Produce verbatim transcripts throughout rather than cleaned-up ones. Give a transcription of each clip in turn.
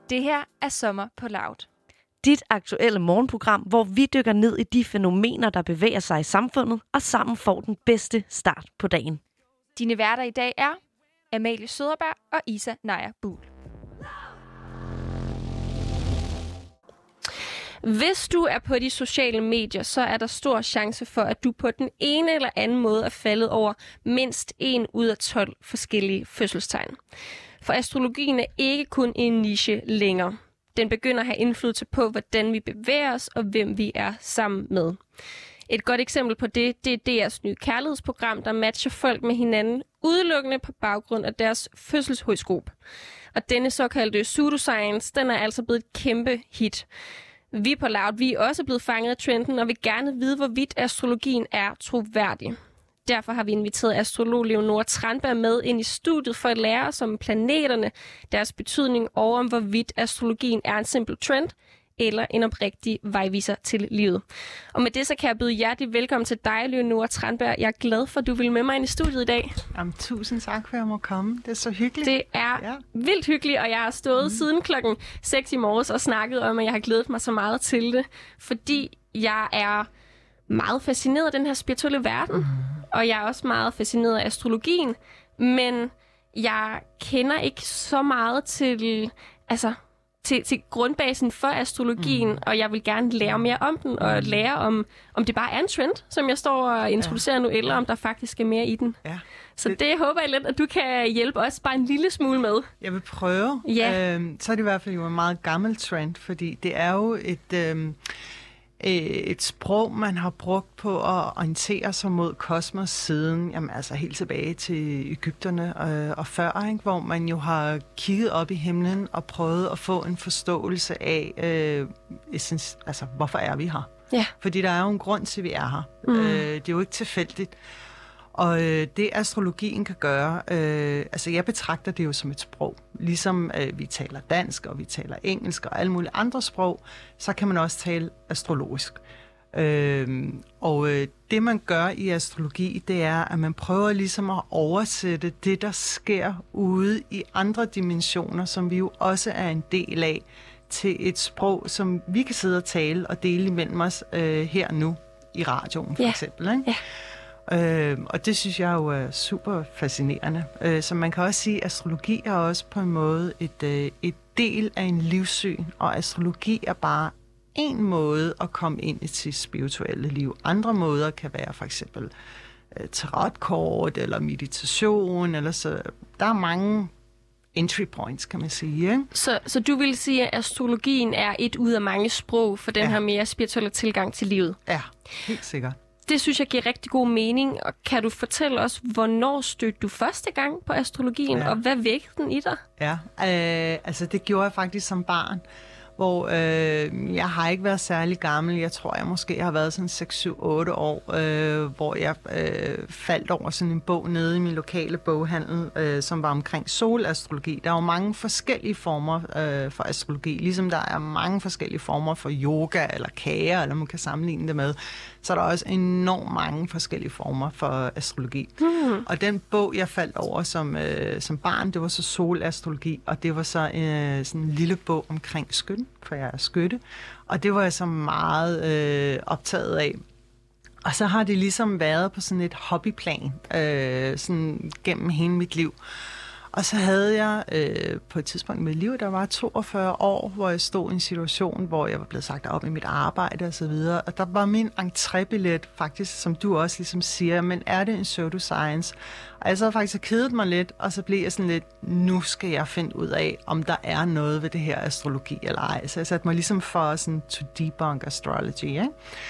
Det her er Sommer på Loud. Dit aktuelle morgenprogram, hvor vi dykker ned i de fænomener, der bevæger sig i samfundet, og sammen får den bedste start på dagen. Dine værter i dag er Amalie Søderberg og Isa Naja Buhl. Hvis du er på de sociale medier, så er der stor chance for, at du på den ene eller anden måde er faldet over mindst en ud af tolv forskellige fødselstegn. For astrologien er ikke kun en niche længere. Den begynder at have indflydelse på, hvordan vi bevæger os og hvem vi er sammen med. Et godt eksempel på det, det er D R's nye kærlighedsprogram, der matcher folk med hinanden udelukkende på baggrund af deres fødselshoroskop. Og denne såkaldte pseudoscience, den er altså blevet et kæmpe hit. Vi på Loud, vi er også blevet fanget af trenden og vil gerne vide, hvorvidt astrologien er troværdig. Derfor har vi inviteret astrolog Leonora Tranberg med ind i studiet for at lære os om planeterne, deres betydning og om hvorvidt astrologien er en simpel trend eller en oprigtig vejviser til livet. Og med det så kan jeg byde hjertelig velkommen til dig, Leonora Tranberg. Jeg er glad for, at du vil med mig ind i studiet i dag. Jamen, tusind tak for, at jeg må komme. Det er så hyggeligt. Det er ja. vildt hyggeligt, og jeg har stået mm. siden klokken seks i morges og snakket om, at jeg har glædet mig så meget til det, fordi jeg er meget fascineret af den her spirituelle verden, mm. og jeg er også meget fascineret af astrologien, men jeg kender ikke så meget til, altså, til, til grundbasen for astrologien, mm. og jeg vil gerne lære mere om den, og mm. lære om, om det bare er en trend, som jeg står og introducerer ja. nu, eller om der faktisk er mere i den. Ja. Så det, det håber jeg lidt, at du kan hjælpe os bare en lille smule med. Jeg vil prøve. Ja. Øhm, så er det i hvert fald jo en meget gammel trend, fordi det er jo et... Øhm, et sprog, man har brugt på at orientere sig mod kosmos siden, jamen altså helt tilbage til Egypterne øh, og før, ikke? Hvor man jo har kigget op i himlen og prøvet at få en forståelse af, øh, essens, altså hvorfor er vi her? Ja. Fordi der er jo en grund til, at vi er her. Mm. Øh, det er jo ikke tilfældigt. Og øh, det astrologien kan gøre, øh, altså jeg betragter det jo som et sprog. Ligesom øh, vi taler dansk, og vi taler engelsk og alle mulige andre sprog, så kan man også tale astrologisk. Øh, og øh, det man gør i astrologi, det er, at man prøver ligesom at oversætte det, der sker ude i andre dimensioner, som vi jo også er en del af, til et sprog, som vi kan sidde og tale og dele imellem os øh, her nu i radioen for ja. eksempel, ikke? Ja. Øh, og det synes jeg jo er super fascinerende. Øh, så man kan også sige, at astrologi er også på en måde et, øh, et del af en livssyn, og astrologi er bare en måde at komme ind i sit spirituelle liv. Andre måder kan være for eksempel øh, tarotkort eller meditation, eller så. Der er mange entry points, kan man sige. Ikke? Så, så du vil sige, at astrologien er et ud af mange sprog for den ja. her mere spirituelle tilgang til livet? Ja, helt sikkert. Det synes jeg giver rigtig god mening. Og kan du fortælle os, hvornår stødte du første gang på astrologien, ja. og hvad vækkede den i dig? Ja, øh, altså det gjorde jeg faktisk som barn, hvor øh, jeg har ikke været særlig gammel. Jeg tror, jeg måske har været sådan seks syv otte år, øh, hvor jeg øh, faldt over sådan en bog nede i min lokale boghandel, øh, som var omkring solastrologi. Der er jo mange forskellige former øh, for astrologi, ligesom der er mange forskellige former for yoga eller kager, eller man kan sammenligne det med. Så er der også enormt mange forskellige former for astrologi. Mm. Og den bog, jeg faldt over som, øh, som barn, det var så solastrologi, og det var så øh, sådan en lille bog omkring skytten, for jeg er skytte. Og det var jeg så meget øh, optaget af. Og så har det ligesom været på sådan et hobbyplan, øh, sådan gennem hele mit liv. Og så havde jeg øh, på et tidspunkt i mit liv, der var toogfyrre år, hvor jeg stod i en situation, hvor jeg var blevet sagt op i mit arbejde og så videre. Og der var min entrébillet faktisk, som du også ligesom siger, men er det en pseudoscience? Og jeg så faktisk kedet mig lidt, og så blev jeg sådan lidt, nu skal jeg finde ud af, om der er noget ved det her astrologi eller ej. Så jeg satte mig ligesom for sådan to debunk astrology, ikke?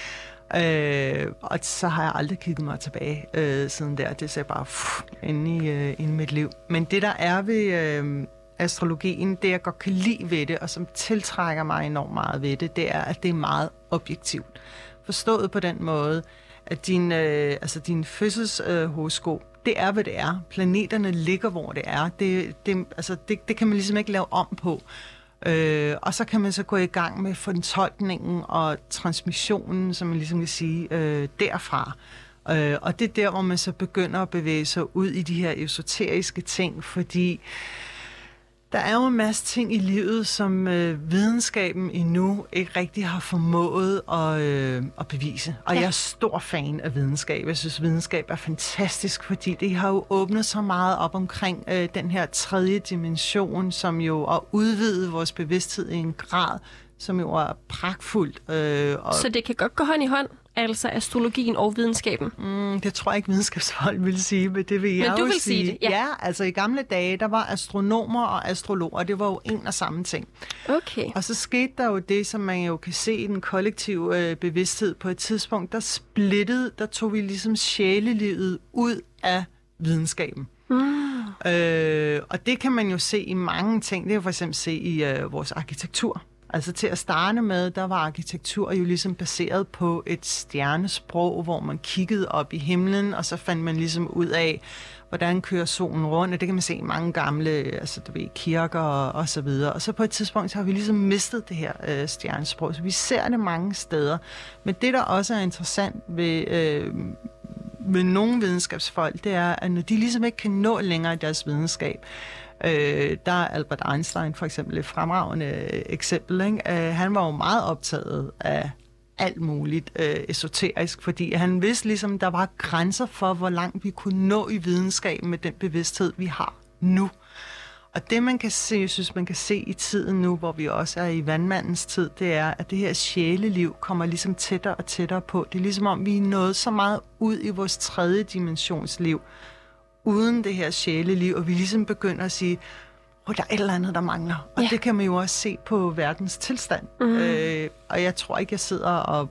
Øh, og så har jeg aldrig kigget mig tilbage øh, siden der. Det ser bare pff, inde, i, øh, inde i mit liv. Men det, der er ved øh, astrologien, det jeg godt kan lide ved det, og som tiltrækker mig enormt meget ved det, det er, at det er meget objektivt. Forstået på den måde, at din, øh, altså din fødselshoroskop, øh, det er, hvad det er. Planeterne ligger, hvor det er. Det, det, altså, det, det kan man ligesom ikke lave om på. Øh, og så kan man så gå i gang med fortolkningen og transmissionen, som man ligesom kan sige, øh, derfra. Øh, og det er der, hvor man så begynder at bevæge sig ud i de her esoteriske ting, fordi Der er jo en masse ting i livet, som øh, videnskaben endnu ikke rigtig har formået at, øh, at bevise. Og ja. Jeg er stor fan af videnskab. Jeg synes, videnskab er fantastisk, fordi det har jo åbnet så meget op omkring øh, den her tredje dimension, som jo at udvide vores bevidsthed i en grad, som jo er pragtfuldt. Øh, og så det kan godt gå hånd i hånd? Altså astrologien og videnskaben? Mm, det tror jeg ikke, videnskabsfolk vil sige, men det vil jeg men du jo vil sige. sige det, ja. Ja, altså i gamle dage, der var astronomer og astrologer, det var jo en og samme ting. Okay. Og så skete der jo det, som man jo kan se i den kollektive øh, bevidsthed på et tidspunkt, der splittede, der tog vi ligesom sjælelivet ud af videnskaben. Mm. Øh, og det kan man jo se i mange ting. Det kan for eksempel se i øh, vores arkitektur. Altså til at starte med, der var arkitektur jo ligesom baseret på et stjernesprog, hvor man kiggede op i himlen, og så fandt man ligesom ud af, hvordan kører solen rundt, og det kan man se i mange gamle, altså du ved, kirker og, og så videre. Og så på et tidspunkt så har vi ligesom mistet det her øh, stjernesprog, så vi ser det mange steder. Men det, der også er interessant ved, øh, ved nogle videnskabsfolk, det er, at når de ligesom ikke kan nå længere i deres videnskab, Øh, der er Albert Einstein for eksempel et fremragende eksempel. Ikke? Øh, han var jo meget optaget af alt muligt øh, esoterisk, fordi han vidste ligesom, der var grænser for, hvor langt vi kunne nå i videnskaben med den bevidsthed, vi har nu. Og det, man kan se, jeg synes, man kan se i tiden nu, hvor vi også er i vandmandens tid, det er, at det her sjæleliv kommer ligesom tættere og tættere på. Det er ligesom om, vi er nået så meget ud i vores tredje dimensionsliv, uden det her sjæleliv, og vi ligesom begynder at sige, oh, der er et eller andet, der mangler. Og ja. Det kan man jo også se på verdens tilstand. Mm. Øh, og jeg tror ikke, jeg sidder og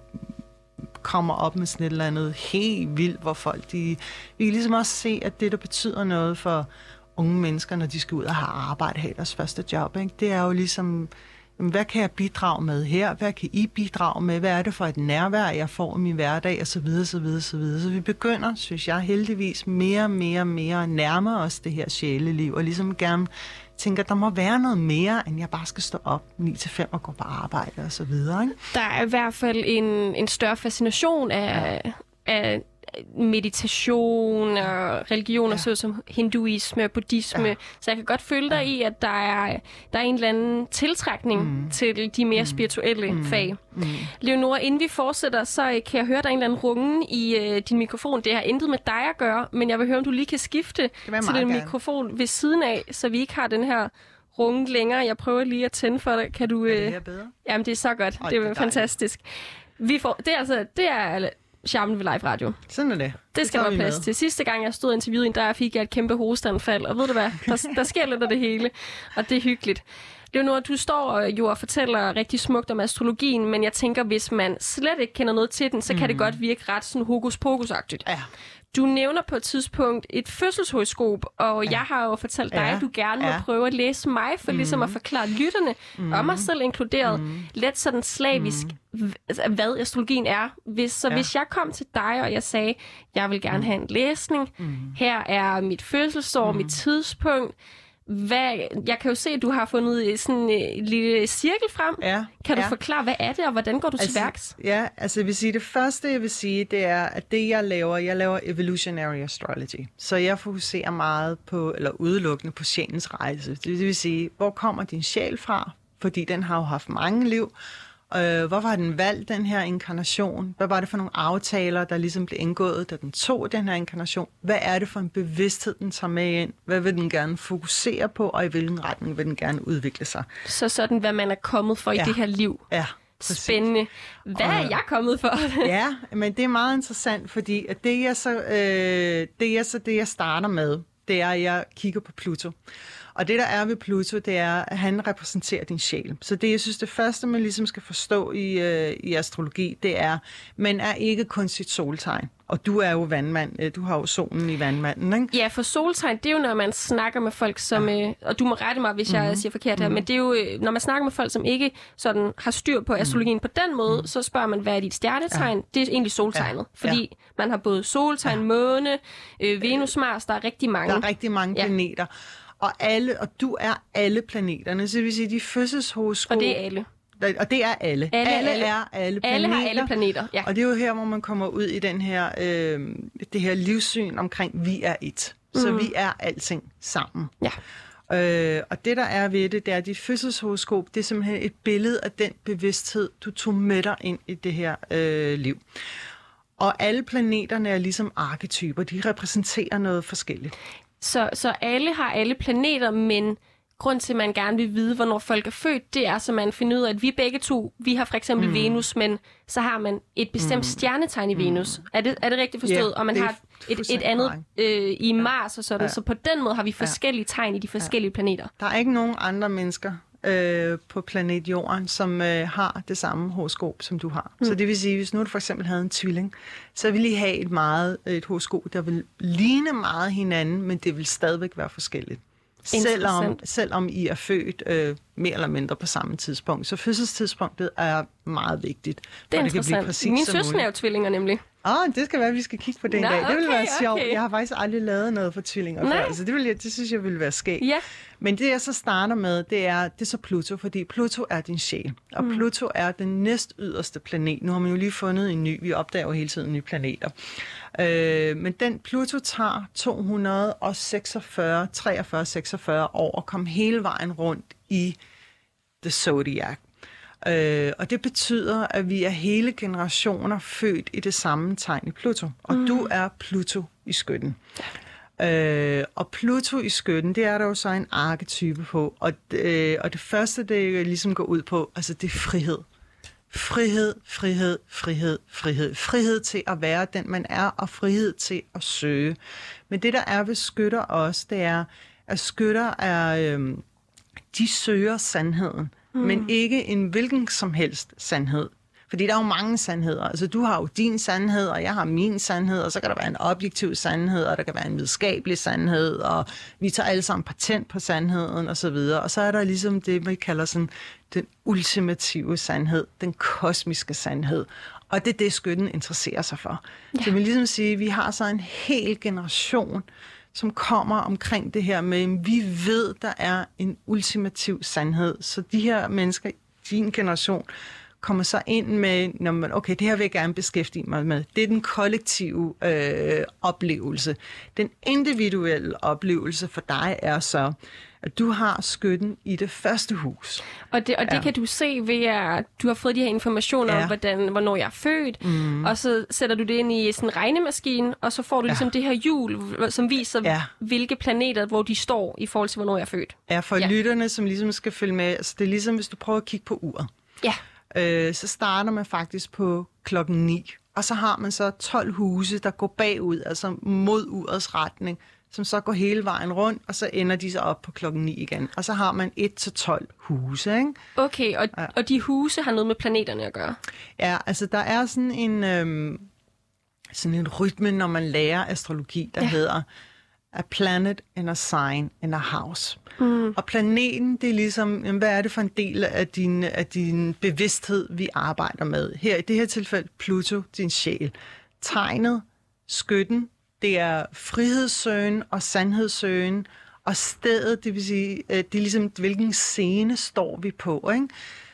kommer op med sådan et eller andet helt vildt, hvor folk, de, vi kan ligesom også se, at det, der betyder noget for unge mennesker, når de skal ud og have arbejde, have deres første job, ikke? Det er jo ligesom, hvad kan jeg bidrage med her? Hvad kan I bidrage med? Hvad er det for et nærvær, jeg får i min hverdag? Og så videre, så videre, så videre. Så vi begynder, synes jeg, heldigvis mere, mere, mere at nærme os det her sjæleliv, og ligesom gerne tænker, der må være noget mere, end jeg bare skal stå op ni til fem og gå på arbejde og så videre. Ikke? Der er i hvert fald en, en større fascination af, ja. af meditation og religioner, ja. såsom hinduisme og buddhisme. Ja. Så jeg kan godt følge dig ja. i, at der er, der er en eller anden tiltrækning mm. til de mere spirituelle mm. fag. Mm. Leonora, inden vi fortsætter, så kan jeg høre, der er en eller anden rungen i uh, din mikrofon. Det har intet med dig at gøre, men jeg vil høre, om du lige kan skifte til den mikrofon ved siden af, så vi ikke har den her runge længere. Jeg prøver lige at tænde for dig. Kan du, uh... er det her bedre? Jamen, det er så godt. Øj, det er, det er fantastisk. Vi får... Det er altså... Det er charmen ved live radio. Sådan er det. Det skal der være plads til. Sidste gang, jeg stod og interviewede en, der fik jeg et kæmpe hosteanfald, og ved du hvad, der, der sker lidt af det hele, og det er hyggeligt. Leonora, du står jo og fortæller rigtig smukt om astrologien, men jeg tænker, hvis man slet ikke kender noget til den, så kan mm. det godt virke ret sådan hokus-pokus-agtigt. Ja. Du nævner på et tidspunkt et fødselshoroskop, og ja. jeg har jo fortalt dig, ja. at du gerne ja. må prøve at læse mig, for mm. ligesom at forklare lytterne, mm. og mig selv inkluderet, mm. let sådan slavisk, mm. hvad astrologien er. Hvis, så ja. hvis jeg kom til dig, og jeg sagde, jeg vil gerne mm. have en læsning, mm. her er mit fødselsår, mm. mit tidspunkt, hvad, jeg kan jo se, at du har fundet sådan en lille cirkel frem. Ja, kan du ja. forklare, hvad er det, og hvordan går du altså, til værks? Ja, altså jeg vil sige, det første, jeg vil sige, det er, at det, jeg laver, jeg laver evolutionary astrology. Så jeg fokuserer meget på, eller udelukkende på sjælens rejse. Det vil sige, hvor kommer din sjæl fra? Fordi den har jo haft mange liv. Øh, hvorfor har den valgt den her inkarnation? Hvad var det for nogle aftaler, der ligesom blev indgået, da den tog den her inkarnation? Hvad er det for en bevidsthed, den tager med ind? Hvad vil den gerne fokusere på, og i hvilken retning vil den gerne udvikle sig? Så sådan, hvad man er kommet for ja. i det her liv. Ja, præcis. Spændende. Hvad er jeg kommet for? Ja, men det er meget interessant, fordi at det, jeg så, øh, det, jeg så det, jeg starter med, det er, at jeg kigger på Pluto. Og det, der er ved Pluto, det er, at han repræsenterer din sjæl. Så det, jeg synes, det første, man ligesom skal forstå i, øh, i astrologi, det er, man er ikke kun sit soltegn. Og du er jo vandmand. Du har jo solen i vandmanden, ikke? Ja, for soltegn, det er jo, når man snakker med folk, som... Ja. Øh, og du må rette mig, hvis mm-hmm. jeg siger forkert her, mm-hmm. men det er jo, når man snakker med folk, som ikke sådan har styr på astrologien mm-hmm. på den måde, mm-hmm. så spørger man, hvad er dit stjernetegn? Ja. Det er egentlig soltegnet. Ja. Fordi ja. man har både soltegn, ja. måne, øh, Venus, Mars, der er rigtig mange. Der er rigtig mange ja. planeter. Og, alle, og du er alle planeterne, så det vil sige, de fødselshoroskop... Og det er alle. Og det er alle. Alle, alle, alle er alle planeter. Alle har alle planeter, ja. Og det er jo her, hvor man kommer ud i den her, øh, det her livssyn omkring, vi er et. Så mm. vi er alting sammen. Ja. Øh, og det, der er ved det, det er, at dit fødselshoroskop, det er simpelthen et billede af den bevidsthed, du tog med dig ind i det her øh, liv. Og alle planeterne er ligesom arketyper. De repræsenterer noget forskelligt. Så, så alle har alle planeter, men grund til, at man gerne vil vide, hvornår folk er født, det er, så man finder ud af, at vi begge to, vi har for eksempel mm. Venus, men så har man et bestemt mm. stjernetegn i Venus. Mm. Er, det, er det rigtigt forstået? Yeah, og man har et, et andet øh, i Mars og sådan. Ja. Så på den måde har vi forskellige ja. tegn i de forskellige ja. planeter. Der er ikke nogen andre mennesker øh, på planet Jorden, som øh, har det samme horoskop, som du har. Mm. Så det vil sige, hvis nu du for eksempel havde en tvilling, så ville I have et, meget, et horoskop, der vil ligne meget hinanden, men det vil stadigvæk være forskelligt. Selvom, selvom I er født øh, mere eller mindre på samme tidspunkt. Så fødselstidspunktet er meget vigtigt. Det er det interessant. kan blive Min søster er jo tvillinger nemlig. Åh, oh, det skal være, at vi skal kigge på det en Nå, dag. Det okay, vil være sjovt. okay. Jeg har faktisk aldrig lavet noget for tvillinger Nej. før, så det, vil jeg, det synes jeg ville være skægt. Ja. Men det, jeg så starter med, det er, det er så Pluto, fordi Pluto er din sjæl. Og mm. Pluto er den næst yderste planet. Nu har man jo lige fundet en ny. Vi opdager jo hele tiden nye planeter. Øh, men den Pluto tager to hundrede seksogfyrre, treogfyrre, seksogfyrre år at komme hele vejen rundt i The Zodiac. Øh, og det betyder, at vi er hele generationer født i det samme tegn i Pluto. Og mm. du er Pluto i skytten. Øh, og Pluto i skytten, det er der jo så en arketype på. Og, øh, og det første, det ligesom går ud på, altså det er frihed. Frihed, frihed, frihed, frihed. Frihed til at være den, man er, og frihed til at søge. Men det, der er ved skytter også, det er, at skytter er, øh, de søger sandheden. Mm. Men ikke en hvilken som helst sandhed. Fordi der er jo mange sandheder. Altså, du har jo din sandhed, og jeg har min sandhed, og så kan der være en objektiv sandhed, og der kan være en videnskabelig sandhed, og vi tager alle sammen patent på sandheden, og så videre. Og så er der ligesom det, man kalder sådan den ultimative sandhed, den kosmiske sandhed. Og det er det, skytten interesserer sig for. Ja. Det vil ligesom sige, at vi har så en hel generation, som kommer omkring det her med, at vi ved, der er en ultimativ sandhed. Så de her mennesker, din generation, kommer så ind med, når man, okay, det her vil jeg gerne beskæftige mig med. Det er den kollektive øh, oplevelse. Den individuelle oplevelse for dig er så, at du har skytten i det første hus. Og det, og det ja. kan du se ved, at du har fået de her informationer ja. om, hvordan, hvornår jeg er født, mm. og så sætter du det ind i sådan en regnemaskine, og så får du ja. ligesom det her hjul, som viser, ja. hvilke planeter, hvor de står i forhold til, hvornår jeg er født. Ja, for ja. lytterne, som ligesom skal følge med, altså det er ligesom, hvis du prøver at kigge på uret. Ja. Øh, så starter man faktisk på klokken ni, og så har man så tolv huse, der går bagud, altså mod urets retning, som så går hele vejen rundt, og så ender de så op på klokken ni igen. Og så har man et til tolv huse, ikke? Okay, og, ja. og de huse har noget med planeterne at gøre? Ja, altså der er sådan en, øhm, sådan en rytme, når man lærer astrologi, der ja. hedder a planet in a sign in a house. Mm. Og planeten, det er ligesom, jamen, hvad er det for en del af din, af din bevidsthed, vi arbejder med? Her i det her tilfælde, Pluto, din sjæl. Tegnet, skytten, det er frihedssøgen og sandhedssøgen, og stedet, det vil sige, det er ligesom, hvilken scene står vi på, ikke?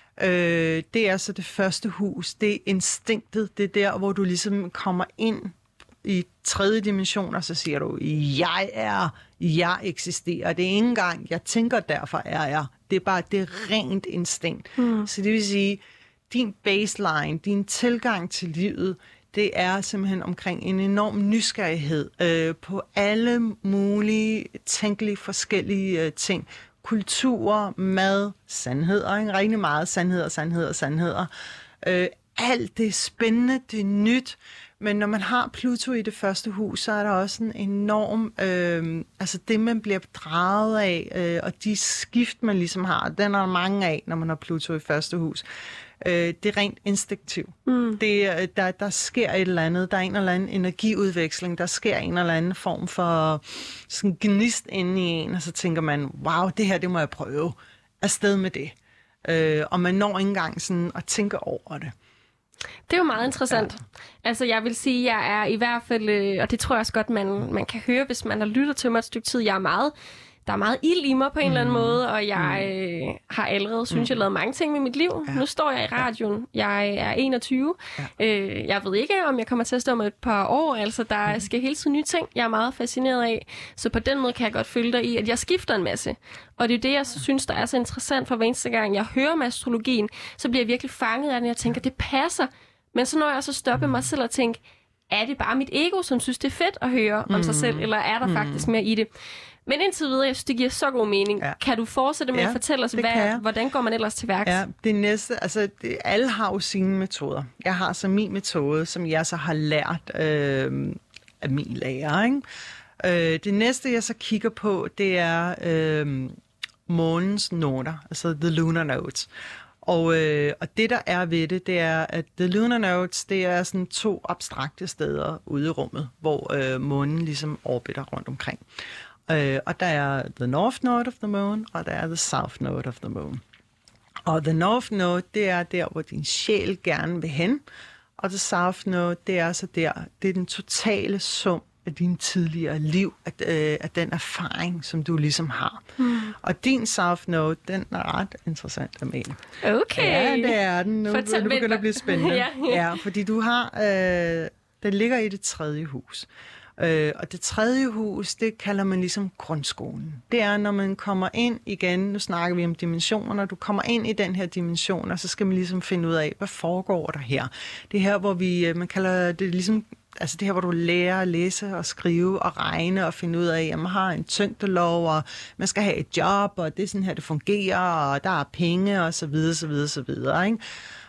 Øh, det er så det første hus, det er instinktet, det er der, hvor du ligesom kommer ind i tredje dimension, og så siger du, jeg er, jeg eksisterer. Det er ikke engang, jeg tænker, derfor er jeg. Det er bare, det er rent instinkt. Mm. Så det vil sige, din baseline, din tilgang til livet, det er simpelthen omkring en enorm nysgerrighed øh, på alle mulige tænkelige forskellige øh, ting. Kultur, mad, sandheder, ikke? Rigtig meget sandheder, sandheder, sandheder. Øh, alt det er spændende, det er nyt. Men når man har Pluto i det første hus, så er der også en enorm, øh, altså det man bliver draget af, øh, og de skift man ligesom har, den er der mange af, når man har Pluto i første hus. Øh, det er rent instinktivt. Mm. Det, der, der sker et eller andet, der er en eller anden energiudveksling, der sker en eller anden form for sådan gnist inde i en, og så tænker man, wow, det her, det må jeg prøve. Afsted med det. Øh, og man når ikke engang sådan at tænke over det. Det er jo meget interessant. Ja. Altså, jeg vil sige, jeg er i hvert fald, og det tror jeg også godt, man, man kan høre, hvis man har lyttet til mig et stykke tid, jeg er meget der er meget ild i mig på en mm. eller anden måde, og jeg øh, har allerede, synes mm. jeg, lavet mange ting med mit liv. Ja. Nu står jeg i radioen. Jeg er enogtyve. Ja. Øh, jeg ved ikke, om jeg kommer til at stå med et par år. Altså, der mm. sker hele tiden nye ting, jeg er meget fascineret af. Så på den måde kan jeg godt følge dig i, at jeg skifter en masse. Og det er det, jeg så synes, der er så interessant, for hver eneste gang, jeg hører om astrologien, så bliver jeg virkelig fanget af det, jeg tænker, det passer. Men så når jeg så stopper mm. mig selv og tænker, er det bare mit ego, som synes, det er fedt at høre om mm. sig selv, eller er der mm. faktisk mere i det? Men indtil videre, jeg synes, det giver så god mening. Ja. Kan du fortsætte med ja, at fortælle os, hvad, hvordan går man ellers til værks? Ja, det næste, altså det, alle har jo sine metoder. Jeg har så min metode, som jeg så har lært øh, af min lærer. Ikke? Øh, det næste, jeg så kigger på, det er øh, månens noter, altså the lunar notes. Og, øh, og det, der er ved det, det er, at the lunar notes, det er sådan to abstrakte steder ude i rummet, hvor øh, månen ligesom orbiter rundt omkring. Øh, og der er the north node of the moon, og der er the south node of the moon. Og the north node, det er der, hvor din sjæl gerne vil hen, og the south node, det er så der, det er den totale sum af din tidligere liv, af, øh, af den erfaring, som du ligesom har. Hmm. Og din South Node, den er ret interessant at mene. Okay. Ja, det er den. Nu, Fortæl, nu begynder det at blive spændende. ja. ja, fordi du har, øh, den ligger i det tredje hus. Øh, og det tredje hus, det kalder man ligesom grundskolen. Det er, når man kommer ind igen, nu snakker vi om dimensioner, du kommer ind i den her dimension, og så skal man ligesom finde ud af, hvad foregår der her. Det her, hvor vi, man kalder det ligesom, altså det her, hvor du lærer at læse og skrive og regne og finde ud af, at man har en tyngdelov, og man skal have et job, og det er sådan her, det fungerer, og der er penge, og så videre, så videre, så videre, ikke?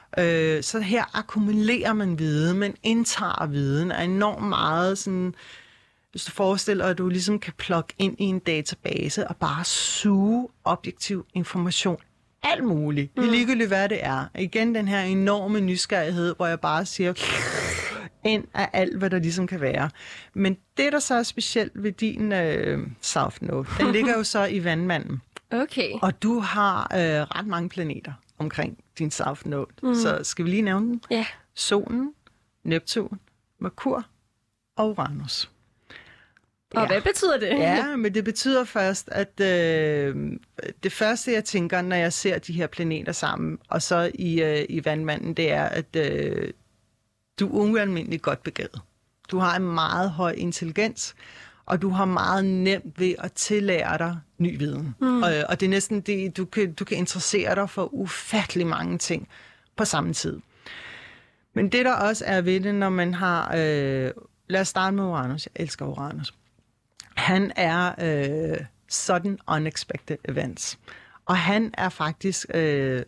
Øh, så her akkumulerer man viden, man indtager viden er enormt meget sådan, hvis du forestiller dig, at du ligesom kan plukke ind i en database og bare suge objektiv information. Alt muligt. Det er ligegyldigt, hvad det er. Igen den her enorme nysgerrighed, hvor jeg bare siger ind af alt, hvad der ligesom kan være. Men det, der så er specielt ved din øh, South Node, den ligger jo så i vandmanden. Okay. Og du har øh, ret mange planeter omkring din South Node. Mm. Så skal vi lige nævne dem? Ja. Yeah. Solen, Neptun, Merkur og Uranus. Og ja. Hvad betyder det? Ja, men det betyder først, at øh, det første, jeg tænker, når jeg ser de her planeter sammen, og så i, øh, i vandmanden, det er, at øh, du er ualmindeligt godt begavet. Du har en meget høj intelligens, og du har meget nemt ved at tillære dig ny viden. Mm. Og, og det er næsten det, du kan, du kan interessere dig for ufattelig mange ting på samme tid. Men det, der også er ved det, når man har... Øh, lad os starte med Uranus. Jeg elsker Uranus. Han er øh, sudden unexpected events. Og han er faktisk øh,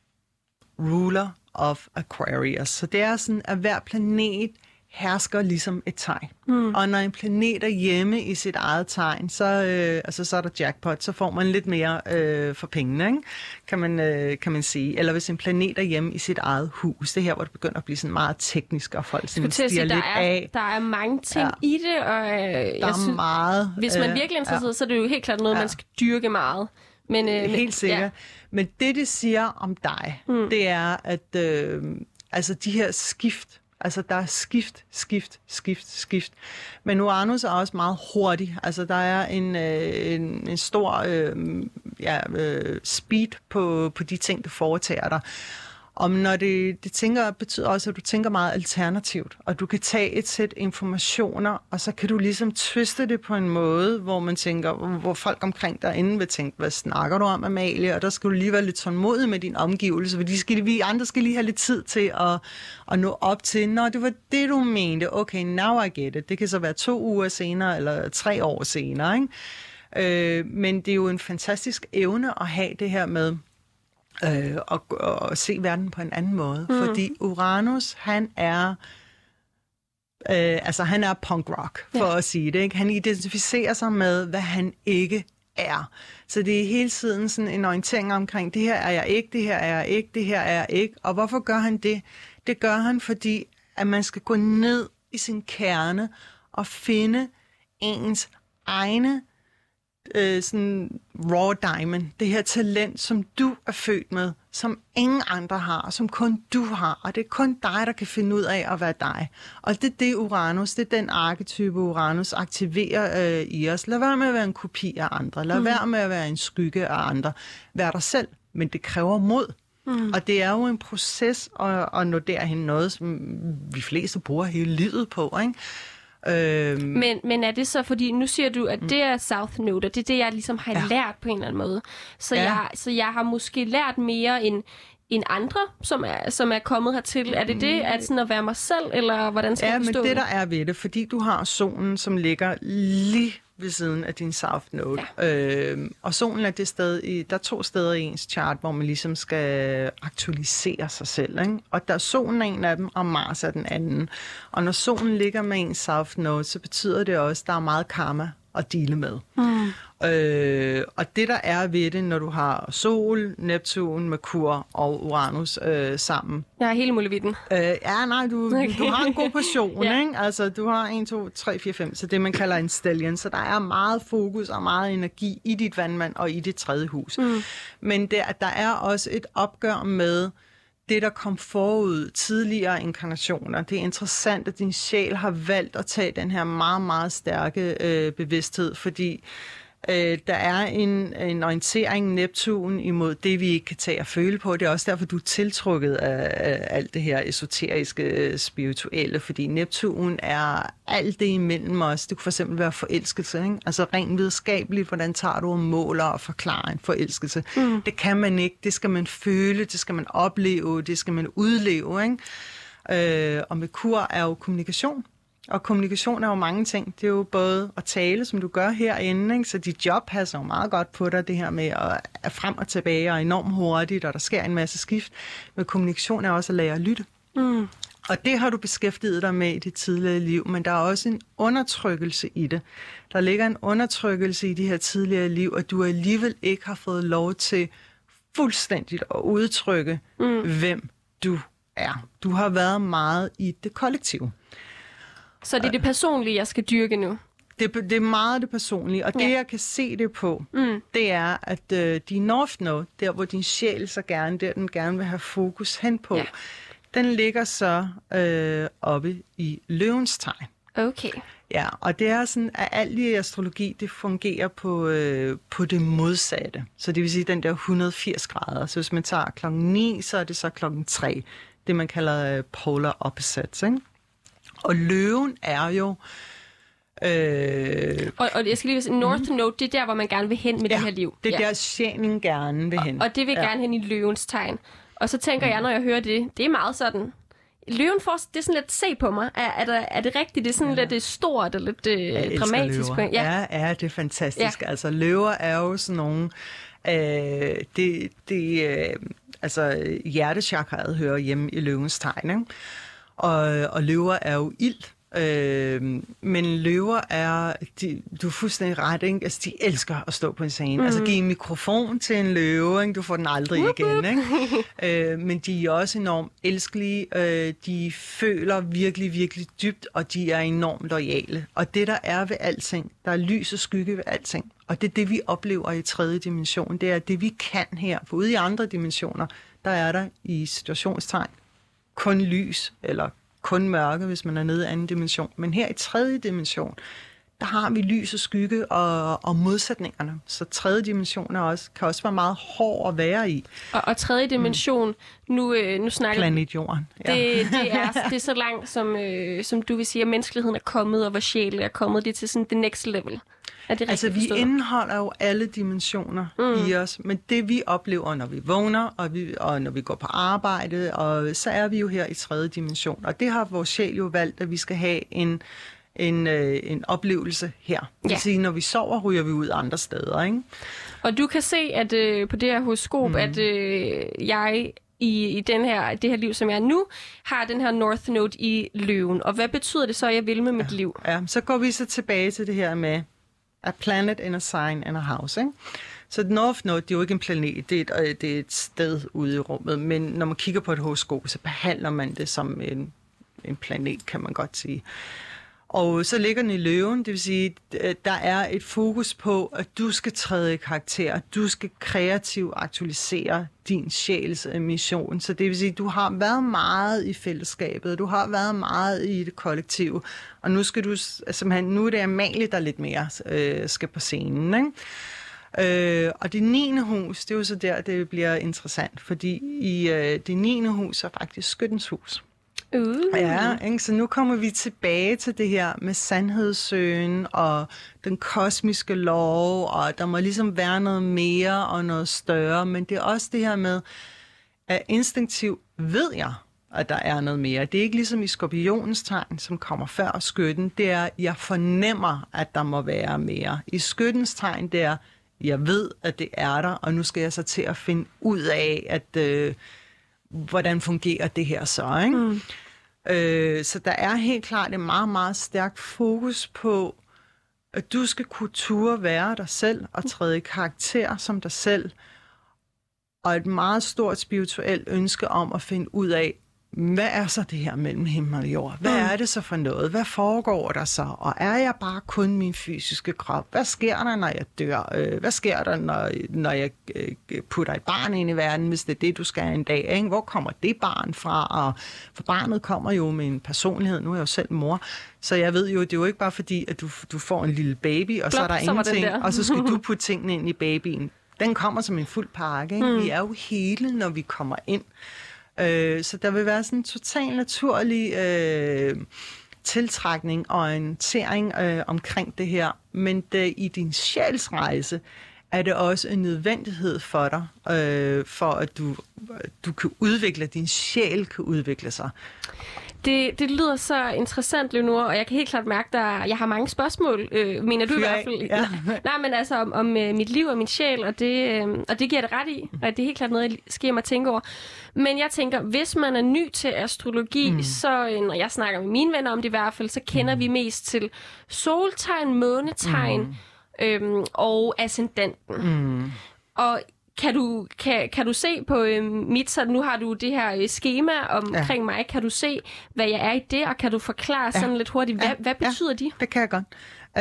ruler of Aquarius. Så det er sådan, at hver planet hersker ligesom et tegn. Mm. Og når en planet er hjemme i sit eget tegn, så, øh, altså, så er der jackpot, så får man lidt mere øh, for pengene, ikke? Kan, man, øh, kan man sige. Eller hvis en planet er hjemme i sit eget hus, det er her, hvor det begynder at blive sådan meget teknisk, og folk sådan stiger sige, lidt der er, af. Der er mange ting ja. i det, og øh, der jeg er synes, meget. Hvis man virkelig er interesseret, ja. så er det jo helt klart noget, ja. man skal dyrke meget. Men, øh, helt sikkert. Ja. Men det, det siger om dig, mm. det er, at øh, altså de her skift, altså, der er skift, skift, skift, skift. Men Uranus er også meget hurtig. Altså, der er en, øh, en, en stor øh, ja, øh, speed på, på de ting, du foretager dig. Og når det, det tænker, betyder også, at du tænker meget alternativt, og du kan tage et sæt informationer, og så kan du ligesom twiste det på en måde, hvor man tænker, hvor folk omkring derinde vil tænke, hvad snakker du om, Amalie? Og der skal du lige være lidt tålmodig med din omgivelse, fordi skal, vi andre skal lige have lidt tid til at, at nå op til, nå, det var det, du mente, okay, now I get it. Det kan så være to uger senere, eller tre år senere, ikke? Øh, men det er jo en fantastisk evne at have det her med, Øh, og, og se verden på en anden måde. Mm. Fordi Uranus, han er øh, altså han er punk rock, for ja. at sige det. Ikke? Han identificerer sig med, hvad han ikke er. Så det er hele tiden sådan en orientering omkring, det her er jeg ikke, det her er jeg ikke, det her er jeg ikke. Og hvorfor gør han det? Det gør han, fordi at man skal gå ned i sin kerne og finde ens egne øh, sådan raw diamond, det her talent, som du er født med, som ingen andre har, som kun du har, og det er kun dig, der kan finde ud af at være dig. Og det er det Uranus, det er den arketype Uranus aktiverer øh, i os. Lad være med at være en kopi af andre, lad mm. være med at være en skygge af andre. Vær dig selv, men det kræver mod. Mm. Og det er jo en proces at, at nå derhen, noget, som vi fleste bruger hele livet på, ikke? Øhm. Men, men er det så, fordi nu siger du, at det er South Node, og det er det, jeg ligesom har ja. lært på en eller anden måde. Så, ja. jeg, så jeg har måske lært mere end, end andre, som er, som er kommet hertil. Er det det, at, sådan at være mig selv, eller hvordan skal ja, jeg forstå men det, det? der er ved det, fordi du har solen, som ligger lige ved siden af din South Node. Ja. Øhm, og solen er det sted i, der er to steder i ens chart, hvor man ligesom skal aktualisere sig selv. Ikke? Og der er solen er en af dem, og Mars er den anden. Og når solen ligger med ens South Node, så betyder det også, at der er meget karma at dele med. Mm. Øh, og det, der er ved det, når du har Sol, Neptun, Merkur og Uranus øh, sammen. Jeg er helt muligheden. Øh, ja, nej, du, okay. du har en god portion, ja. Ikke? Altså, du har en, to, tre, fire, fem, så det, man kalder en stellion. Så der er meget fokus og meget energi i dit vandmand og i dit tredje hus. Mm. Men der, der er også et opgør med det, der kom forud tidligere inkarnationer. Det er interessant, at din sjæl har valgt at tage den her meget, meget stærke øh, bevidsthed, fordi øh, der er en, en orientering Neptun imod det, vi ikke kan tage og føle på. Det er også derfor, du er tiltrukket af, af alt det her esoteriske, spirituelle, fordi Neptun er alt det imellem os. Det kunne for eksempel være forelskelse, ikke? Altså rent videnskabeligt, hvordan tager du og måler og forklarer en forelskelse. Mm. Det kan man ikke, det skal man føle, det skal man opleve, det skal man udleve, ikke? Øh, og Merkur er jo kommunikation. Og kommunikation er jo mange ting. Det er jo både at tale, som du gør herinde, ikke? Så dit job passer jo meget godt på dig, det her med at er frem og tilbage og enormt hurtigt, og der sker en masse skift. Men kommunikation er også at lære at lytte. Mm. Og det har du beskæftiget dig med i dit tidligere liv, men der er også en undertrykkelse i det. Der ligger en undertrykkelse i de her tidligere liv, at du alligevel ikke har fået lov til fuldstændigt at udtrykke, mm. hvem du er. Du har været meget i det kollektive. Så det er det personlige, jeg skal dyrke nu? Det, det er meget det personlige, og det, ja. jeg kan se det på, mm. det er, at øh, din North Node, der hvor din sjæl så gerne, der den gerne vil have fokus hen på, ja. den ligger så øh, oppe i løvens tegn. Okay. Ja, og det er sådan, at alt i astrologi, det fungerer på, øh, på det modsatte. Så det vil sige, den der et hundrede og firs grader. Så hvis man tager klokken ni, så er det så klokken tre. Det man kalder øh, polar opposites, ikke? Og løven er jo... Øh, og, og jeg skal lige sige, North mm. Node, det er der, hvor man gerne vil hen med ja, det her liv. det er ja. der, sjælen gerne vil hen. Og, og det vil ja. gerne hen i løvens tegn. Og så tænker mm. jeg, når jeg hører det, det er meget sådan... Løven får, det er sådan lidt se på mig. Er, er, der, er det rigtigt? Det er sådan ja. lidt stort og lidt øh, dramatisk. Ja. ja, ja, det er fantastisk. Ja. Altså, løver er jo sådan nogle... Øh, det, det, øh, altså, hjertechakraet hører hjemme i løvens tegn, ikke? Og, og løver er jo ild. Øh, men løver er, de, du er fuldstændig ret, ikke? Altså, de elsker at stå på en scene. Mm. Altså, giv en mikrofon til en løve, ikke? Du får den aldrig igen, ikke? øh, men de er også enormt elskelige. Øh, de føler virkelig, virkelig dybt, og de er enormt loyale. Og det, der er ved alting, der er lys og skygge ved alting. Og det er det, vi oplever i tredje dimension. Det er det, vi kan her. For ude i andre dimensioner, der er der i situationstegn kun lys, eller kun mørke, hvis man er nede i anden dimension. Men her i tredje dimension, der har vi lys og skygge og, og modsætningerne. Så tredje dimension er også, kan også være meget hård at være i. Og, og tredje dimension, mm. nu, øh, nu snakker planet Jorden. Ja. Det, det, er, det er så langt, som, øh, som du vil sige, at menneskeligheden er kommet, og hvor sjælen er kommet. Det er til sådan det next level. Er det altså, vi forstået? indeholder jo alle dimensioner mm. i os, men det vi oplever, når vi vågner, og, vi, og når vi går på arbejde, og så er vi jo her i tredje dimension. Og det har vores sjæl jo valgt, at vi skal have en, en, øh, en oplevelse her. Det vil ja. sige, når vi sover, ryger vi ud andre steder, ikke? Og du kan se, at øh, på det her horoskop, mm. at øh, jeg... I, i den her, det her liv, som jeg er nu, har den her North Node i løven. Og hvad betyder det så, at jeg vil med mit ja. liv? Ja, så går vi så tilbage til det her med a planet in a sign in a house, ikke? Så North Node, det er jo ikke en planet, det er, et, det er et sted ude i rummet, men når man kigger på et horoskop, så behandler man det som en, en planet, kan man godt sige. Og så ligger den i løven, det vil sige, der er et fokus på, at du skal træde i karakter, du skal kreativt aktualisere din sjæls mission. Så det vil sige, du har været meget i fællesskabet, du har været meget i det kollektive, og nu skal du simpelthen, nu er det Amalie, der lidt mere øh, skal på scenen, ikke? Øh, og det niende hus, det er jo så der, det bliver interessant, fordi i øh, det niende hus er faktisk skyttens hus. Uh. Ja, ikke? Så nu kommer vi tilbage til det her med sandhedssøgen og den kosmiske lov, og der må ligesom være noget mere og noget større, men det er også det her med, at instinktivt ved jeg, at der er noget mere. Det er ikke ligesom i skorpionens tegn, som kommer før skytten, det er, jeg fornemmer, at der må være mere. I skyttens tegn, det er, jeg ved, at det er der, og nu skal jeg så til at finde ud af, at øh, hvordan fungerer det her så, ikke? Mm. Øh, så der er helt klart et meget, meget stærkt fokus på, at du skal kunne ture være dig selv og træde i karakter som dig selv, og et meget stort spirituelt ønske om at finde ud af, hvad er så det her mellem himmel og jord? Hvad er det så for noget? Hvad foregår der så? Og er jeg bare kun min fysiske krop? Hvad sker der, når jeg dør? Hvad sker der, når, når jeg putter et barn ind i verden, hvis det er det, du skal en dag? Ikke? Hvor kommer det barn fra? Og for barnet kommer jo med en personlighed. Nu er jeg jo selv mor, så jeg ved jo, det er jo ikke bare fordi, at du, du får en lille baby, og Blop, så er der så ingenting, og så skal du putte tingene ind i babyen. Den kommer som en fuld pakke. Ikke? Mm. Vi er jo hele, når vi kommer ind. Øh, så der vil være sådan en total naturlig øh, tiltrækning og orientering øh, omkring det her. Men det, i din sjælsrejse er det også en nødvendighed for dig, øh, for at du, du kan udvikle, din sjæl kan udvikle sig. Det, det lyder så interessant, Leonora, og jeg kan helt klart mærke, at jeg har mange spørgsmål, øh, mener du i hvert fald. Ja. Nej, nej, men altså om, om øh, mit liv og min sjæl, og det, øh, og det giver det ret i, og det er helt klart noget, jeg sker mig at tænke over. Men jeg tænker, hvis man er ny til astrologi, mm. så øh, når jeg snakker med mine venner om det i hvert fald, så kender mm. vi mest til soltegn, månetegn mm. øhm, og ascendanten. Mm. Og Kan du, kan, kan du se på øh, mit, så nu har du det her øh, schema omkring ja. mig, kan du se, hvad jeg er i det, og kan du forklare ja. sådan lidt hurtigt, hvad, ja. hvad betyder ja. de? Det kan jeg godt.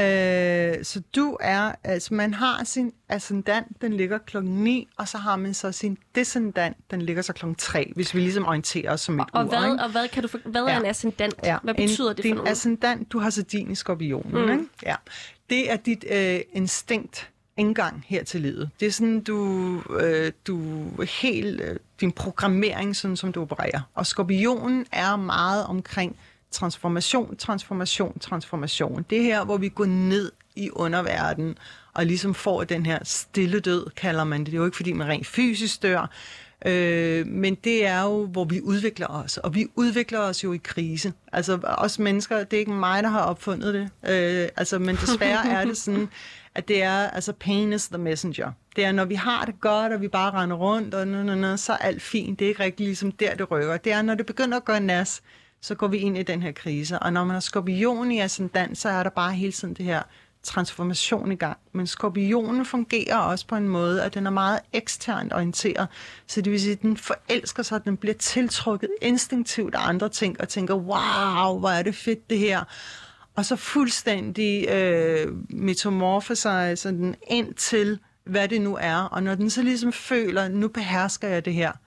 Øh, så du er, altså man har sin ascendant, den ligger klokken ni, og så har man så sin descendant, den ligger så klokken tre, hvis vi ligesom orienterer os som et og ur. Hvad, ikke? og hvad, kan du for, hvad ja. er en ascendant? Ja. Hvad betyder en, det for noget? Din ascendant, du har så din i skorpionen, mm. ikke? Ja. Det er dit øh, instinkt, indgang her til livet. Det er sådan, du, øh, du helt, øh, din programmering, sådan som du opererer. Og skorpionen er meget omkring transformation, transformation, transformation. Det er her, hvor vi går ned i underverdenen, og ligesom får den her stille død, kalder man det. Det er jo ikke, fordi man rent fysisk dør, øh, men det er jo, hvor vi udvikler os. Og vi udvikler os jo i krise. Altså, os mennesker, det er ikke mig, der har opfundet det. Øh, altså, men desværre er det sådan, at det er, altså, pain is the messenger. Det er, når vi har det godt, og vi bare render rundt, og nø, nø, nø, så er alt fint. Det er ikke rigtig ligesom der, det rykker. Det er, når det begynder at gå nas, så går vi ind i den her krise. Og når man har skorpion i ascendant, så er der bare hele tiden det her transformation i gang. Men skorpionen fungerer også på en måde, at den er meget eksternt orienteret. Så det vil sige, at den forelsker sig, at den bliver tiltrukket instinktivt af andre ting, og tænker, wow, hvor er det fedt det her. Og så fuldstændig øh, metamorfer sig sådan ind til, hvad det nu er. Og når den så ligesom føler, nu behersker jeg det her,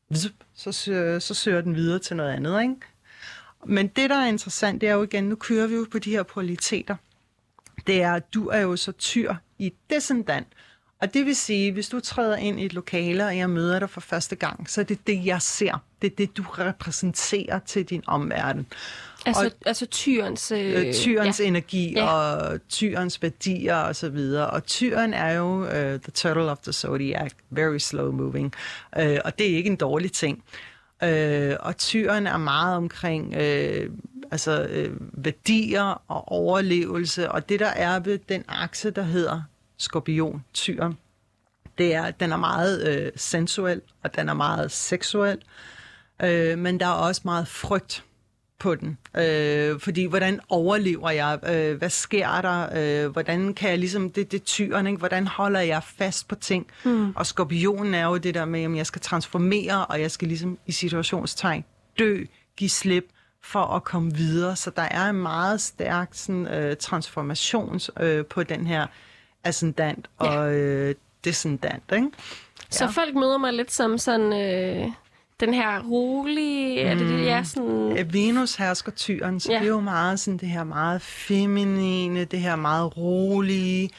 så søger, så søger den videre til noget andet, ikke? Men det, der er interessant, det er jo igen, nu kører vi jo på de her polariteter. Det er, at du er jo så tyr i descendant. Og det vil sige, hvis du træder ind i et lokale, og jeg møder dig for første gang, så er det det, jeg ser. Det er det, du repræsenterer til din omverden. Altså, og, altså tyrens... Øh, tyrens ja. energi ja. og tyrens værdier og så videre. Og tyren er jo uh, the turtle of the zodiac, very slow moving. Uh, og det er ikke en dårlig ting. Uh, og tyren er meget omkring uh, altså, uh, værdier og overlevelse. Og det, der er ved den akse, der hedder skorpion, tyren, det er, at den er meget uh, sensuel, og den er meget seksuel. Uh, men der er også meget frygt på den. Øh, fordi, hvordan overlever jeg? Øh, hvad sker der? Øh, hvordan kan jeg ligesom, det, det tyren, ikke? Hvordan holder jeg fast på ting? Mm. Og skorpionen er jo det der med, at jeg skal transformere, og jeg skal ligesom i situationstegn dø, give slip, for at komme videre. Så der er en meget stærk sådan, øh, transformation øh, på den her ascendant og ja. øh, descendant, ikke? Så ja. Folk møder mig lidt som sådan... Øh den her rolige, mm. er det det, ja, sådan... Venus hersker tyren, så ja. Det er jo meget sådan det her meget feminine, det her meget rolige,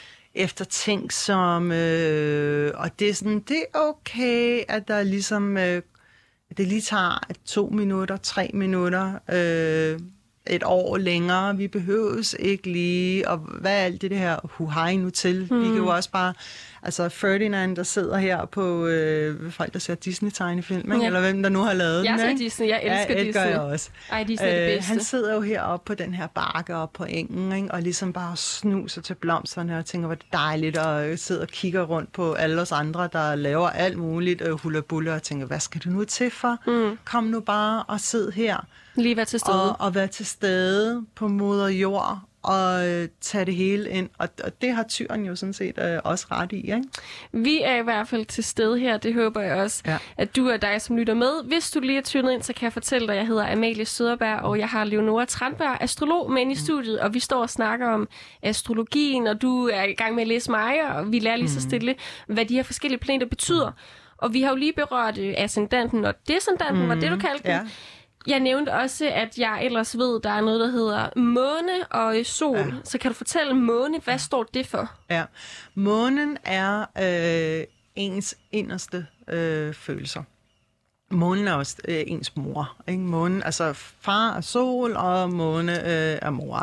eftertænksomme, øh, og det er sådan, det er okay, at der ligesom, øh, det lige tager to minutter, tre minutter, øh, et år længere. Vi behøves ikke lige, og hvad er alt det, det her huhej nu til? Mm. Vi kan jo også bare, altså Ferdinand, der sidder her på, øh, folk, der ser Disney-tegnefilm, ja. Eller hvem der nu har lavet jeg den. Jeg ser Disney, jeg elsker ja, Disney. Ja, jeg også. Ej, Disney er det bedste. Øh, han sidder jo heroppe på den her bakke op på engen, ikke? Og ligesom bare snuser til blomsterne og tænker, hvor det er dejligt, og sidder og kigger rundt på alle os andre, der laver alt muligt øh, hula-bulle, og tænker, hvad skal du nu til for? Mm. Kom nu bare og sid her. Lige være til stede. Og, og være til stede på moder jord og øh, tage det hele ind. Og, og det har tyren jo sådan set øh, også ret i, ikke? Vi er i hvert fald til stede her. Det håber jeg også, ja. At du og dig, som lytter med. Hvis du lige er tunet ind, så kan jeg fortælle dig, at jeg hedder Amalie Søderberg, og jeg har Leonora Tranberg, astrolog, med ind i studiet. Og vi står og snakker om astrologien, og du er i gang med at læse mig, og vi lærer lige så stille, hvad de her forskellige planeter betyder. Og vi har jo lige berørt øh, ascendanten og descendanten, mm. var det, du kaldte den. Ja. Jeg nævnte også, at jeg ellers ved, der er noget, der hedder måne og sol. Ja. Så kan du fortælle måne, hvad står det for? Ja, månen er øh, ens inderste øh, følelser. Månen er også øh, ens mor. Ikke? Månen, altså far er sol, og måne øh, er mor.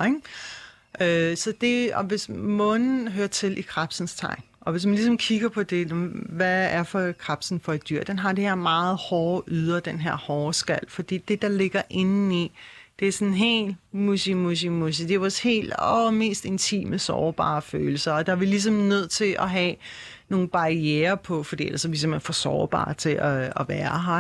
Ikke? Øh, så det, og hvis månen hører til i krebsens tegn, og hvis man ligesom kigger på det, hvad er for krebsen for et dyr? Den har det her meget hårde yder, den her hårde skal, fordi det, der ligger inde i, det er sådan helt musi, musi, musi. Det er vores helt åh, mest intime, sårbare følelser, og der er vi ligesom nødt til at have nogle barrierer på, for ellers er vi simpelthen for sårbare til at, at være her,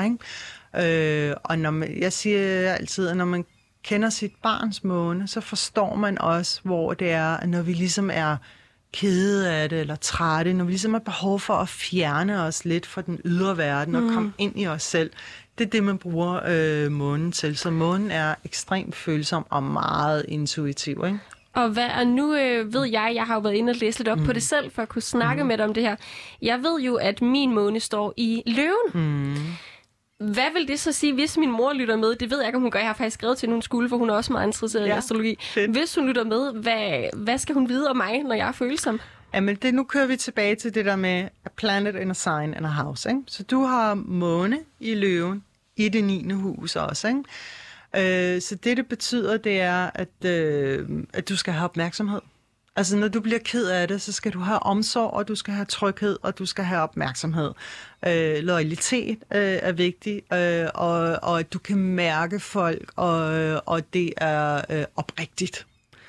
ikke? Øh, og når man, jeg siger altid, at når man kender sit barns måne, så forstår man også, hvor det er, når vi ligesom er kede af det, eller trætte, når vi ligesom har behov for at fjerne os lidt fra den ydre verden, og mm. komme ind i os selv. Det er det, man bruger øh, månen til. Så månen er ekstremt følsom og meget intuitiv, ikke? Og hvad, og nu øh, ved jeg, jeg har jo været inde og læse lidt op mm. på det selv, for at kunne snakke mm. med dig om det her. Jeg ved jo, at min måne står i løven. Mm. Hvad vil det så sige, hvis min mor lytter med? Det ved jeg ikke, om hun gør. Jeg har faktisk skrevet til nogle skole, for hun er også meget interesseret ja, i astrologi. Fedt. Hvis hun lytter med, hvad, hvad skal hun vide om mig, når jeg er følsom? Jamen, det, nu kører vi tilbage til det der med a planet in a sign and a house. Ikke? Så du har måne i løven i det niende hus også. Ikke? Øh, så det, det betyder, det er, at, øh, at du skal have opmærksomhed. Altså, når du bliver ked af det, så skal du have omsorg, og du skal have tryghed, og du skal have opmærksomhed. Øh, loyalitet øh, er vigtig, øh, og, og at du kan mærke folk, og, og det er øh, oprigtigt.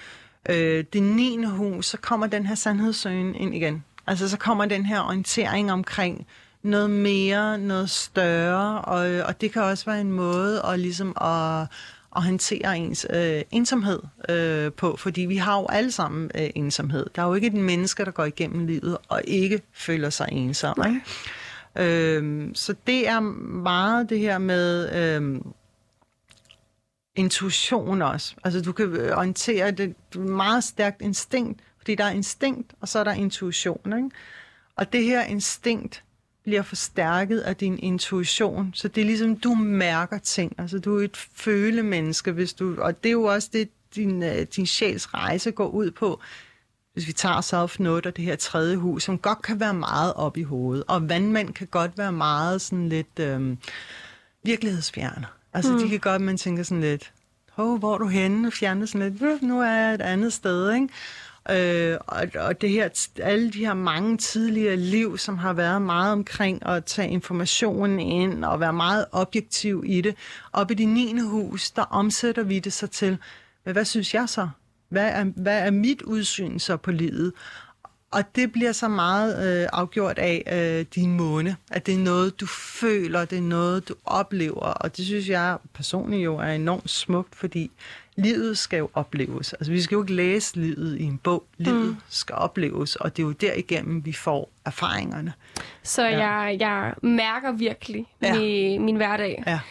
Øh, det niende hus, så kommer den her sandhedssøgen ind igen. Altså, så kommer den her orientering omkring noget mere, noget større, og, og det kan også være en måde at ligesom at og håndtere ens øh, ensomhed øh, på, fordi vi har jo alle sammen øh, ensomhed. Der er jo ikke et menneske, der går igennem livet og ikke føler sig ensom. Øh, så det er meget det her med øh, intuition også. Altså du kan orientere det meget stærkt instinkt, fordi der er instinkt, og så er der intuition. Ikke? Og det her instinkt bliver forstærket af din intuition. Så det er ligesom, du mærker ting. Altså, du er et følemenneske, hvis du... Og det er jo også det, din, din sjæls rejse går ud på. Hvis vi tager self-note og det her tredje hus, som godt kan være meget op i hovedet. Og vandmænd kan godt være meget sådan lidt øhm, virkelighedsfjerne. Altså, mm. de kan godt, man tænker sådan lidt, hov, hvor er du henne? Fjerne sådan lidt, nu er jeg et andet sted, ikke? Øh, og, og det her, alle de her mange tidligere liv, som har været meget omkring at tage informationen ind og være meget objektiv i det. Oppe i det niende hus, der omsætter vi det så til, hvad synes jeg så? Hvad er, hvad er mit udsyn så på livet? Og det bliver så meget øh, afgjort af øh, din måne, at det er noget, du føler, det er noget, du oplever. Og det synes jeg personligt jo er enormt smukt, fordi livet skal jo opleves. Altså, vi skal jo ikke læse livet i en bog. Livet mm. skal opleves, og det er jo derigennem, vi får erfaringerne. Så ja. jeg, jeg mærker virkelig ja. min, min hverdag. Ja.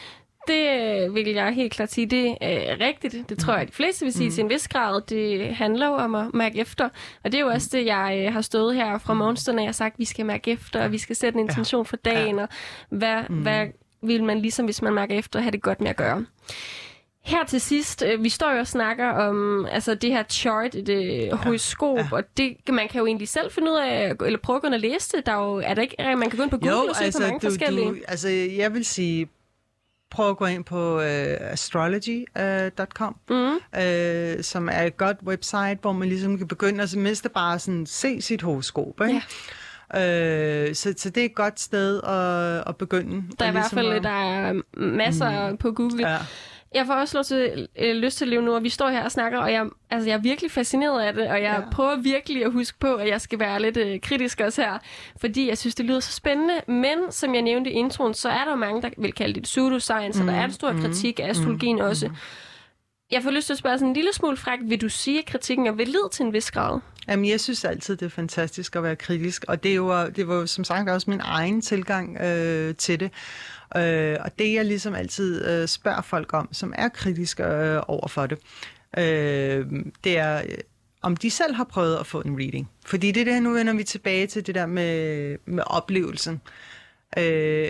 Det vil jeg helt klart sige, det er rigtigt. Det tror jeg, at de fleste vil sige mm. til en vis grad. Det handler jo om at mærke efter. Og det er jo også det, jeg har stået her fra morgenstunden, og jeg har sagt, at vi skal mærke efter, og vi skal sætte en intention for dagen, og hvad, mm. hvad vil man ligesom, hvis man mærker efter, have det godt med at gøre. Her til sidst, vi står jo og snakker om altså det her chart, det horoskop, ja, ja. Og det, man kan jo egentlig selv finde ud af, eller prøve at gå ind og læse det. Der er, jo, er der ikke, man kan gå ind på Google jo, og se altså, på mange du, forskellige. Du, altså, jeg vil sige, prøv at gå ind på uh, astrology dot com, uh, mm. uh, som er et godt website, hvor man ligesom kan begynde at mindst bare sådan, se sit horoskop, ikke? Ja. Uh, så, så det er et godt sted at, at begynde. Der er i hvert ligesom fald, der er masser mm. på Google. Ja. Jeg får også lov til, øh, lyst til at leve nu, og vi står her og snakker, og jeg, altså, jeg er virkelig fascineret af det, og jeg ja. prøver virkelig at huske på, at jeg skal være lidt øh, kritisk også her, fordi jeg synes, det lyder så spændende. Men som jeg nævnte i introen, så er der jo mange, der vil kalde det pseudoscience, mm. og der er en stor mm. kritik af astrologien mm. også. Jeg får lyst til at spørge sådan en lille smule fræk. Vil du sige, at kritikken er valid til en vis grad? Jamen, jeg synes altid, det er fantastisk at være kritisk, og det, er jo, det var jo som sagt også min egen tilgang øh, til det. Øh, og det, jeg ligesom altid øh, spørger folk om, som er kritiske øh, over for det, øh, det er, øh, om de selv har prøvet at få en reading. Fordi det der, nu vender vi tilbage til det der med, med oplevelsen. Øh,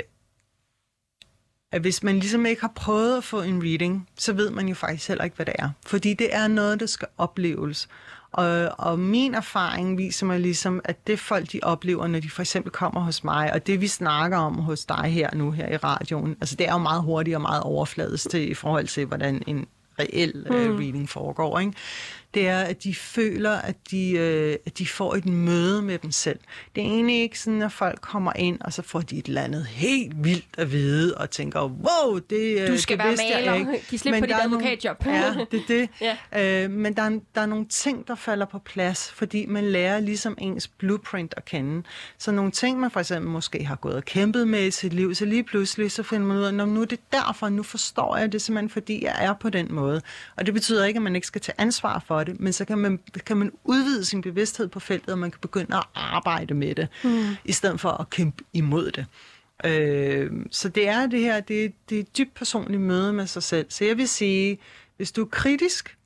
at hvis man ligesom ikke har prøvet at få en reading, så ved man jo faktisk heller ikke, hvad det er. Fordi det er noget, der skal opleves. Og, og min erfaring viser mig ligesom, at det folk, de oplever, når de for eksempel kommer hos mig, og det vi snakker om hos dig her nu, her i radioen, altså det er jo meget hurtigt og meget overfladisk til, i forhold til, hvordan en reel mm. uh, reading foregår, ikke? Det er, at de føler, at de, øh, at de får et møde med dem selv. Det er egentlig ikke sådan, at folk kommer ind, og så får de et eller andet helt vildt at vide, og tænker, wow, det, du skal det være maler, giv slip på dit advokatjob. Ja, det er det. ja. øh, men der er, der er nogle ting, der falder på plads, fordi man lærer ligesom ens blueprint at kende. Så nogle ting, man for eksempel måske har gået og kæmpet med i sit liv, så lige pludselig, så finder man ud af, at nu er det derfor, nu forstår jeg det simpelthen, fordi jeg er på den måde. Og det betyder ikke, at man ikke skal tage ansvar for det, men så kan man, kan man udvide sin bevidsthed på feltet, og man kan begynde at arbejde med det, mm. i stedet for at kæmpe imod det. Øh, så det er det her, det, det er et dybt personligt møde med sig selv. Så jeg vil sige, hvis du er kritisk,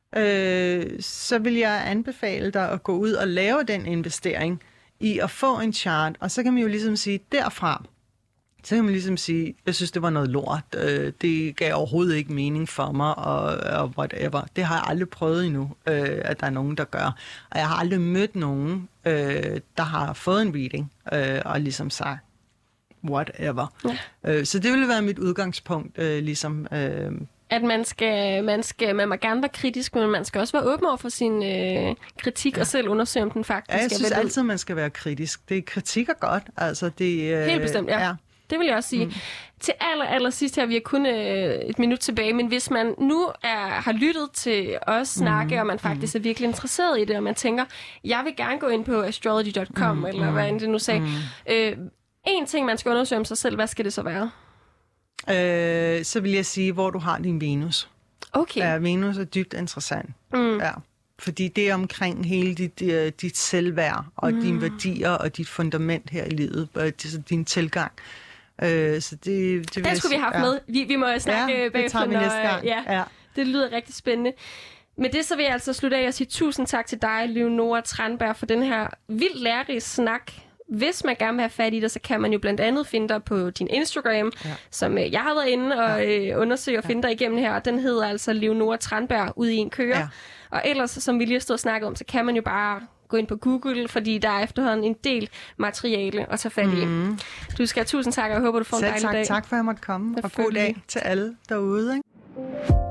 øh, så vil jeg anbefale dig at gå ud og lave den investering i at få en chart, og så kan man jo ligesom sige, derfra, så kan man ligesom sige, jeg synes, det var noget lort. Det gav overhovedet ikke mening for mig, og, og whatever. Det har jeg aldrig prøvet endnu, at der er nogen, der gør. Og jeg har aldrig mødt nogen, der har fået en reading, og ligesom sagt, whatever. Ja. Så det ville være mit udgangspunkt, ligesom. At man skal, man skal, man må gerne være kritisk, men man skal også være åben over for sin øh, kritik, ja. Og selv undersøge, om den faktisk ja, jeg er synes altid, man skal være kritisk. Det kritik er godt. Altså, det, øh, Helt bestemt, ja. ja. Det vil jeg også sige. Mm. Til aller, aller sidst her, vi har kun øh, et minut tilbage, men hvis man nu er, har lyttet til os snakke, mm. og man faktisk mm. er virkelig interesseret i det, og man tænker, jeg vil gerne gå ind på astrology dot com, mm. eller hvad end det nu sagde. Mm. Øh, en ting, man skal undersøge om sig selv, hvad skal det så være? Øh, så vil jeg sige, hvor du har din Venus. Okay. Ja, Venus er dybt interessant. Mm. Ja. Fordi det er omkring hele dit, dit selvværd, og mm. dine værdier, og dit fundament her i livet, og din tilgang. Øh, så det, det Den skulle vi have haft ja. med. Vi, vi må snakke ja, bagefter. Det tager vi næste gang. Ja, ja. Det lyder rigtig spændende. Med det så vil jeg altså slutte af og sige tusind tak til dig, Leonora Tranberg, for den her vildt lærerige snak. Hvis man gerne vil have fat i dig, så kan man jo blandt andet finde dig på din Instagram, ja. som øh, jeg har været inde og øh, undersøge og finde ja. dig igennem her. Den hedder altså Leonora Tranberg, ude i en køre. Ja. Og ellers, som vi lige har stået og snakket om, så kan man jo bare gå ind på Google, fordi der er efterhånden en del materiale at tage fat i. Mm. Du skal have tusind tak, og jeg håber, du får en dejlig tak, dag. Tak for, at jeg måtte komme, og god dag til alle derude. Ikke?